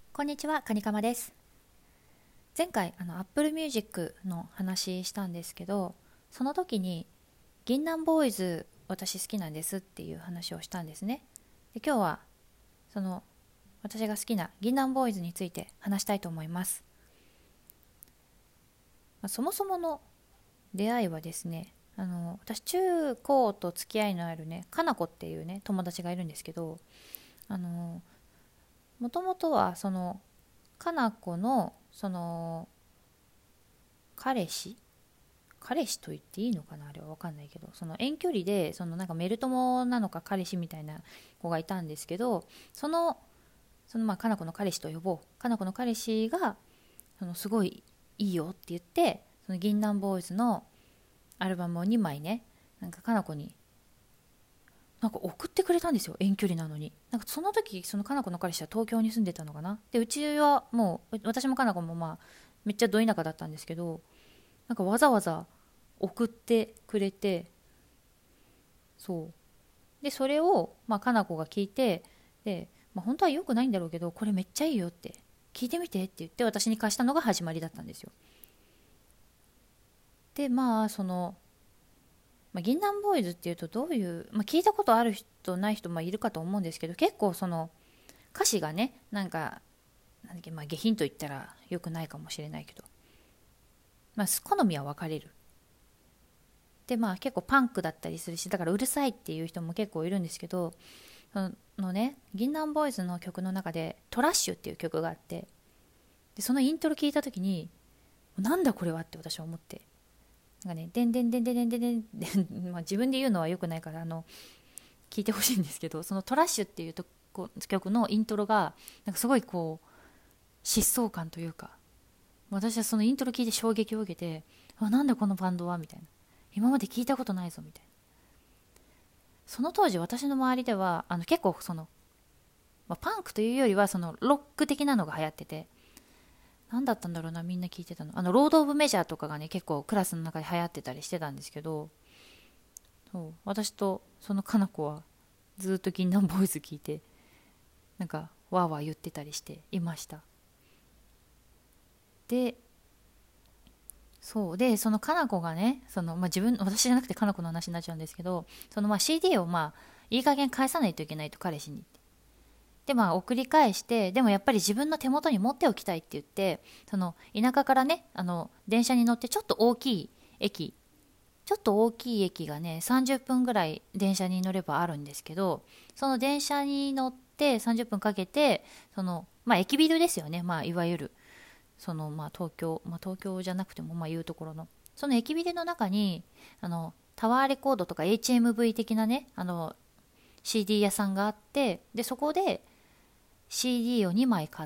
こんにちは、カニカマです。前回Apple Music の話したんですけど、その時に銀杏ボーイズ私好きなんですっていう話をしたんですね。で、今日はその私が好きな銀杏ボーイズについて話したいと思います。そもそもの出会いはですね、私中高と付き合いのあるね、かなこっていうね友達がいるんですけど、もともとはそのかなこの彼氏彼氏と言っていいのかな、あれは分かんないけど、その遠距離でなんかメル友なのか彼氏みたいな子がいたんですけど、まあかな子の彼氏と呼ぼう、かな子の彼氏がすごいいいよって言って、その銀杏ボーイズのアルバムを2枚ね、なんかかな子になんか送ってくれたんですよ、遠距離なのに。なんかその時そのかな子の彼氏は東京に住んでたのかな。でうちはもう私もかな子もまあめっちゃど田舎だったんですけど、なんかわざわざ送ってくれて、そうでそれをまあかな子が聞いて、で、まあ、本当は良くないんだろうけど、これめっちゃいいよって聞いてみてって言って私に貸したのが始まりだったんですよ。でまあ銀杏ボーイズっていうとどういう、まあ、聞いたことある人ない人いるかと思うんですけど、結構歌詞がね、なんかなんだっけ、まあ、下品と言ったら良くないかもしれないけど、まあ、好みは分かれる。でまあ結構パンクだったりするし、だからうるさいっていう人も結構いるんですけど、ね、銀杏ボーイズの曲の中でトラッシュっていう曲があって、でそのイントロ聞いた時になんだこれはって私は思って、なんかね、でんでんでんでんでんでんでんまあ自分で言うのは良くないから聞いてほしいんですけど、そのトラッシュっていう曲のイントロがなんかすごいこう疾走感というか、私はそのイントロ聞いて衝撃を受けて、なんだこのバンドはみたいな、今まで聞いたことないぞみたいな。その当時私の周りでは結構まあ、パンクというよりはロック的なのが流行ってて、何だったんだろうな、みんな聞いてたのロード・オブ・メジャーとかがね結構クラスの中で流行ってたりしてたんですけど、そう私とそのかな子はずっと銀杏ボーイズ聞いて、なんかわーわー言ってたりしていました。でそのかな子がね、まあ、私じゃなくてかな子の話になっちゃうんですけど、まあ CD をまあいい加減返さないといけないと彼氏に。でまあ送り返して、でもやっぱり自分の手元に持っておきたいって言って、田舎からね電車に乗ってちょっと大きい駅ちょっと大きい駅がね30分ぐらい電車に乗ればあるんですけど、その電車に乗って30分かけてまあ駅ビルですよね、まあいわゆるまあ東京じゃなくてもまあいうところのその駅ビルの中にタワーレコードとか HMV 的なねCD 屋さんがあって、でそこで CD を2枚買って、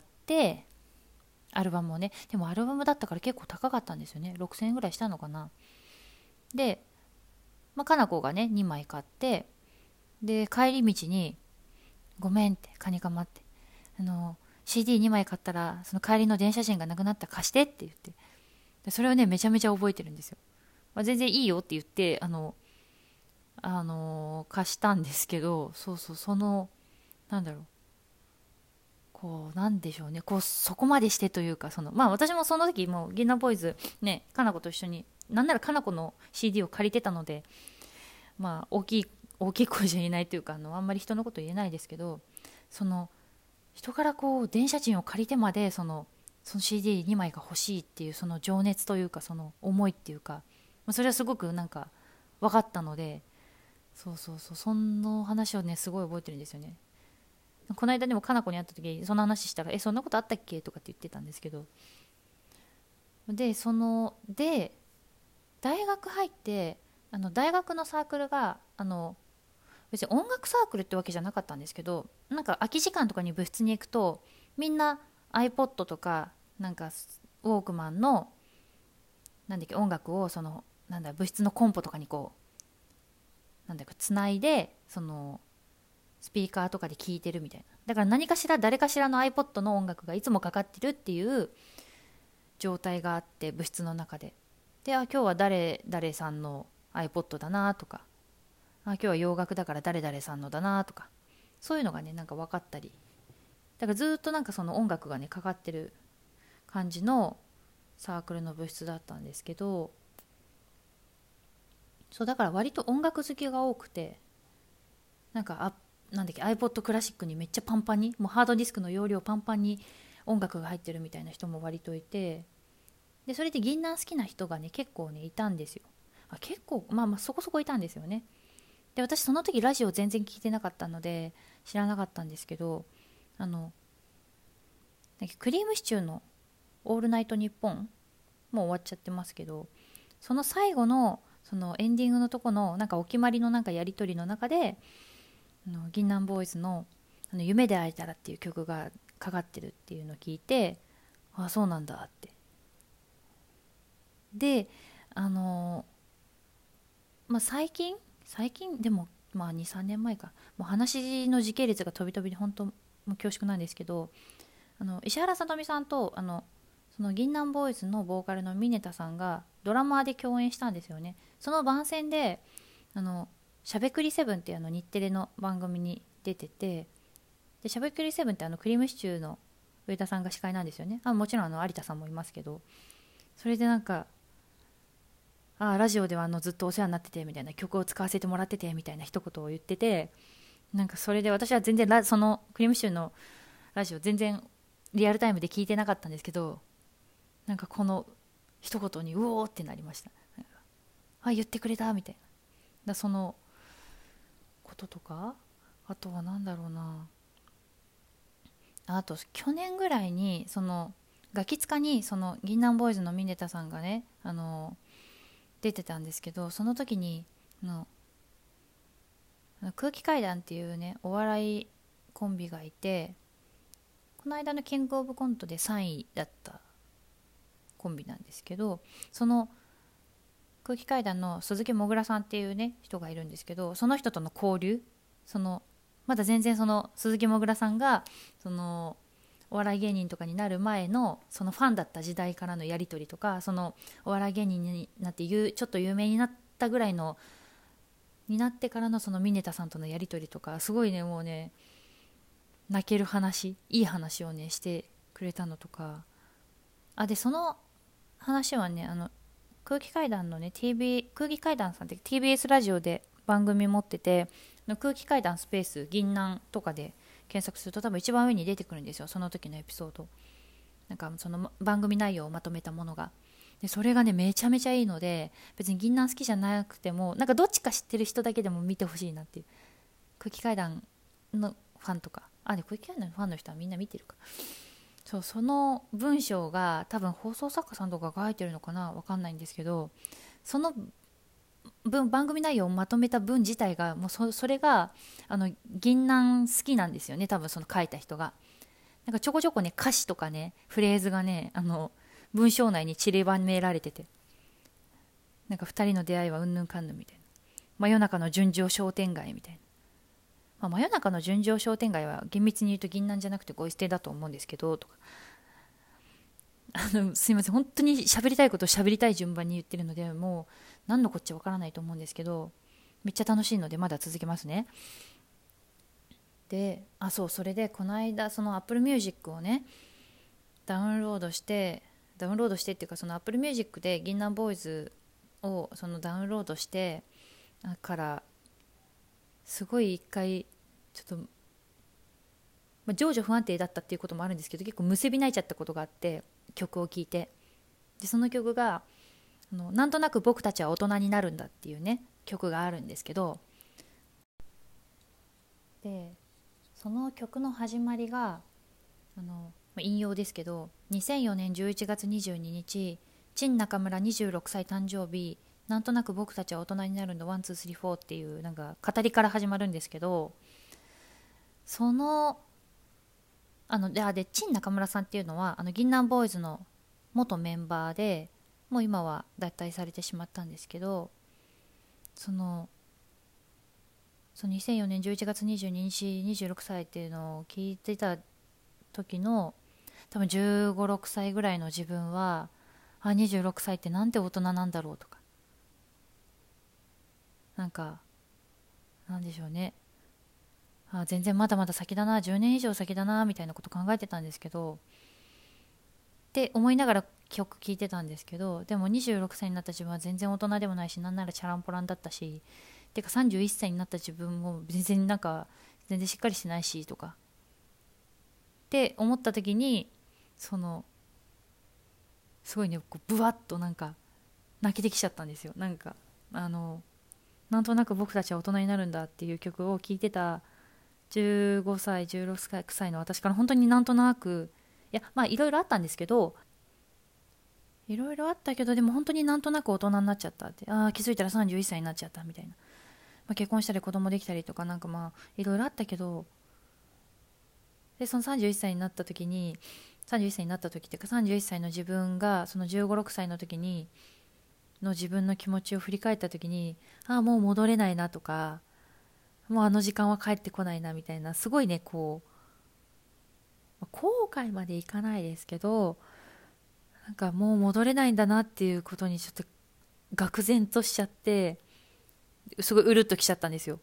アルバムをね、でもアルバムだったから結構高かったんですよね、6000円ぐらいしたのかな。で、まあ、かなこがね2枚買って、で帰り道に「ごめん」って「カニカマ」ってCD2 枚買ったらその帰りの電車賃がなくなったら貸してって言って、でそれをねめちゃめちゃ覚えてるんですよ。まあ、全然いいよって言って貸したんですけど、そうそう、なんだろう、こうなんでしょうね、こうそこまでしてというか、まあ私もその時もうギンナーボーイズね、かな子と一緒に、なんならかな子の CD を借りてたので、まあ大きい声じゃ言えないというか、あんまり人のこと言えないですけど、その人からこう電車賃を借りてまでその CD2 枚が欲しいっていうその情熱というか、その思いっていうか、まあそれはすごくなんか分かったので、そうそうそう、その話をねすごい覚えてるんですよね。この間でもかな子に会った時その話したら「そんなことあったっけ?」とかって言ってたんですけど、で大学入って、大学のサークルが別に音楽サークルってわけじゃなかったんですけど、なんか空き時間とかに部室に行くとみんな iPod とかなんかウォークマンのなんだっけ音楽をなんだ部室のコンポとかにこうなんだかつないでスピーカーとかで聴いてるみたいな。だから何かしら誰かしらの iPod の音楽がいつもかかってるっていう状態があって、部室の中で。で、今日は誰々さんの iPod だなとか、今日は洋楽だから誰々さんのだなとか、そういうのがねなんか分かったりだからずっとなんかその音楽がねかかってる感じのサークルの部室だったんですけど、そうだから割と音楽好きが多くて、なんかなんだっけ iPod クラシックにめっちゃパンパンに、もうハードディスクの容量パンパンに音楽が入ってるみたいな人も割といて、でそれで銀杏好きな人がね結構ねいたんですよ。結構まあまあそこそこいたんですよね。で私その時ラジオ全然聞いてなかったので知らなかったんですけど、なんかクリームシチューのオールナイトニッポンもう終わっちゃってますけど、その最後のそのエンディングのとこのなんかお決まりのなんかやり取りの中で、銀杏ボーイズの夢で会えたらっていう曲がかかってるっていうのを聞いて、あ、そうなんだって。で、まあ、最近でもまあ2、3年前か、もう話の時系列が飛び飛びで本当もう恐縮なんですけど、石原さとみさんとその銀杏ボーイズのボーカルのミネタさんがドラマーで共演したんですよね。その番宣でしゃべくりセブンっていう日テレの番組に出てて、でしゃべくりセブンってクリームシチューの上田さんが司会なんですよね。もちろん有田さんもいますけど、それでなんかラジオではずっとお世話になっててみたいな、曲を使わせてもらっててみたいな一言を言ってて、なんかそれで私は全然そのクリームシチューのラジオ全然リアルタイムで聞いてなかったんですけど、なんかこの一言にうおーってなりました。言ってくれたみたいな。そのこととか、あとはなんだろうな、あと去年ぐらいにそのガキ使にその銀杏ボーイズのミネタさんがね出てたんですけど、その時に空気階段っていうねお笑いコンビがいて、この間のキングオブコントで3位だったコンビなんですけど、その空気階段の鈴木もぐらさんっていうね人がいるんですけど、その人との交流、まだ全然その鈴木もぐらさんがそのお笑い芸人とかになる前のそのファンだった時代からのやり取りとか、そのお笑い芸人になってちょっと有名になったぐらいのになってからのそのミネタさんとのやり取りとか、すごいねもうね泣ける話、いい話をねしてくれたのとか、でその話はね空気階段のね 空気階段さんって TBS ラジオで番組持ってて、空気階段スペース銀杏とかで検索すると多分一番上に出てくるんですよ、その時のエピソード。なんかその番組内容をまとめたものが。でそれがねめちゃめちゃいいので、別に銀杏好きじゃなくてもなんかどっちか知ってる人だけでも見てほしいなっていう。空気階段のファンとか、空気階段のファンの人はみんな見てるか。そう、その文章が多分放送作家さんとかが書いてるのかな、わかんないんですけど、その番組内容をまとめた文自体がもうそれが銀杏好きなんですよね、多分その書いた人が。なんかちょこちょこね歌詞とかねフレーズがね文章内に散りばめられてて、なんか2人の出会いはうんぬんかんぬんみたいな、真夜中の純情商店街みたいな、真夜中の純情商店街は厳密に言うと銀杏じゃなくてゴイ捨てだと思うんですけどとか、すいません本当に喋りたいことを喋りたい順番に言ってるのでもう何のこっちゃわからないと思うんですけど、めっちゃ楽しいのでまだ続けますね。でそう、それでこの間その Apple Music をねダウンロードしてっていうか、その Apple Music で銀杏ボーイズをそのダウンロードしてからすごい一回ちょっと、情緒不安定だったっていうこともあるんですけど、結構むせび泣いちゃったことがあって、曲を聴いて。でその曲がなんとなく僕たちは大人になるんだっていうね曲があるんですけど、でその曲の始まりが引用ですけど、2004年11月22日陳中村26歳誕生日、なんとなく僕たちは大人になるんだ1234っていうなんか語りから始まるんですけど、そので陳中村さんっていうのは銀杏ボーイズの元メンバーで、もう今は脱退されてしまったんですけど、その2004年11月22日26歳っていうのを聞いてた時の多分15、6歳ぐらいの自分は26歳ってなんて大人なんだろうとか、なんかなんでしょうね、 全然まだまだ先だな、10年以上先だなみたいなこと考えてたんですけど、って思いながら曲聴いてたんですけど、でも26歳になった自分は全然大人でもないし、なんならチャランポランだったし、てか31歳になった自分も全然なんか全然しっかりしてないしとかって思った時に、そのすごいね、こうブワッとなんか泣けてきちゃったんですよ。なんかなんとなく僕たちは大人になるんだっていう曲を聴いてた15歳16歳の私から本当になんとなく、いやまあいろいろあったんですけど、いろいろあったけど、でも本当になんとなく大人になっちゃったって、気づいたら31歳になっちゃったみたいな、結婚したり子供できたりとかなんかまあいろいろあったけど、でその31歳になった時に、31歳になった時っていうか31歳の自分がその15、6歳の時にの自分の気持ちを振り返った時に、もう戻れないなとか、もうあの時間は帰ってこないなみたいな、すごいねこう後悔までいかないですけど、なんかもう戻れないんだなっていうことにちょっと愕然としちゃって、すごいうるっときちゃったんですよ。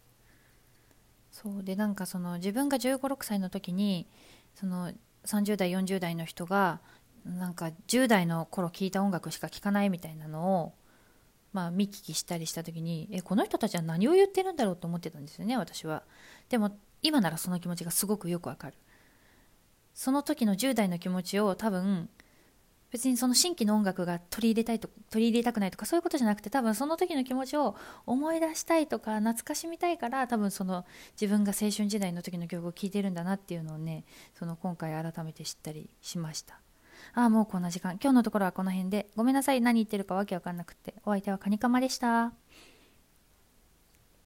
そうで、なんかその自分が15、6歳の時にその30代40代の人がなんか10代の頃聴いた音楽しか聴かないみたいなのを見聞きしたりした時に、この人たちは何を言ってるんだろうと思ってたんですよね、私は。でも今ならその気持ちがすごくよくわかる。その時の10代の気持ちを多分、別にその新規の音楽が取り入れたくないとかそういうことじゃなくて、多分その時の気持ちを思い出したいとか懐かしみたいから、多分その自分が青春時代の時の曲を聴いてるんだなっていうのをね、その今回改めて知ったりしました。もうこんな時間、今日のところはこの辺で、ごめんなさい、何言ってるかわけわかんなくて。お相手はカニカマでした。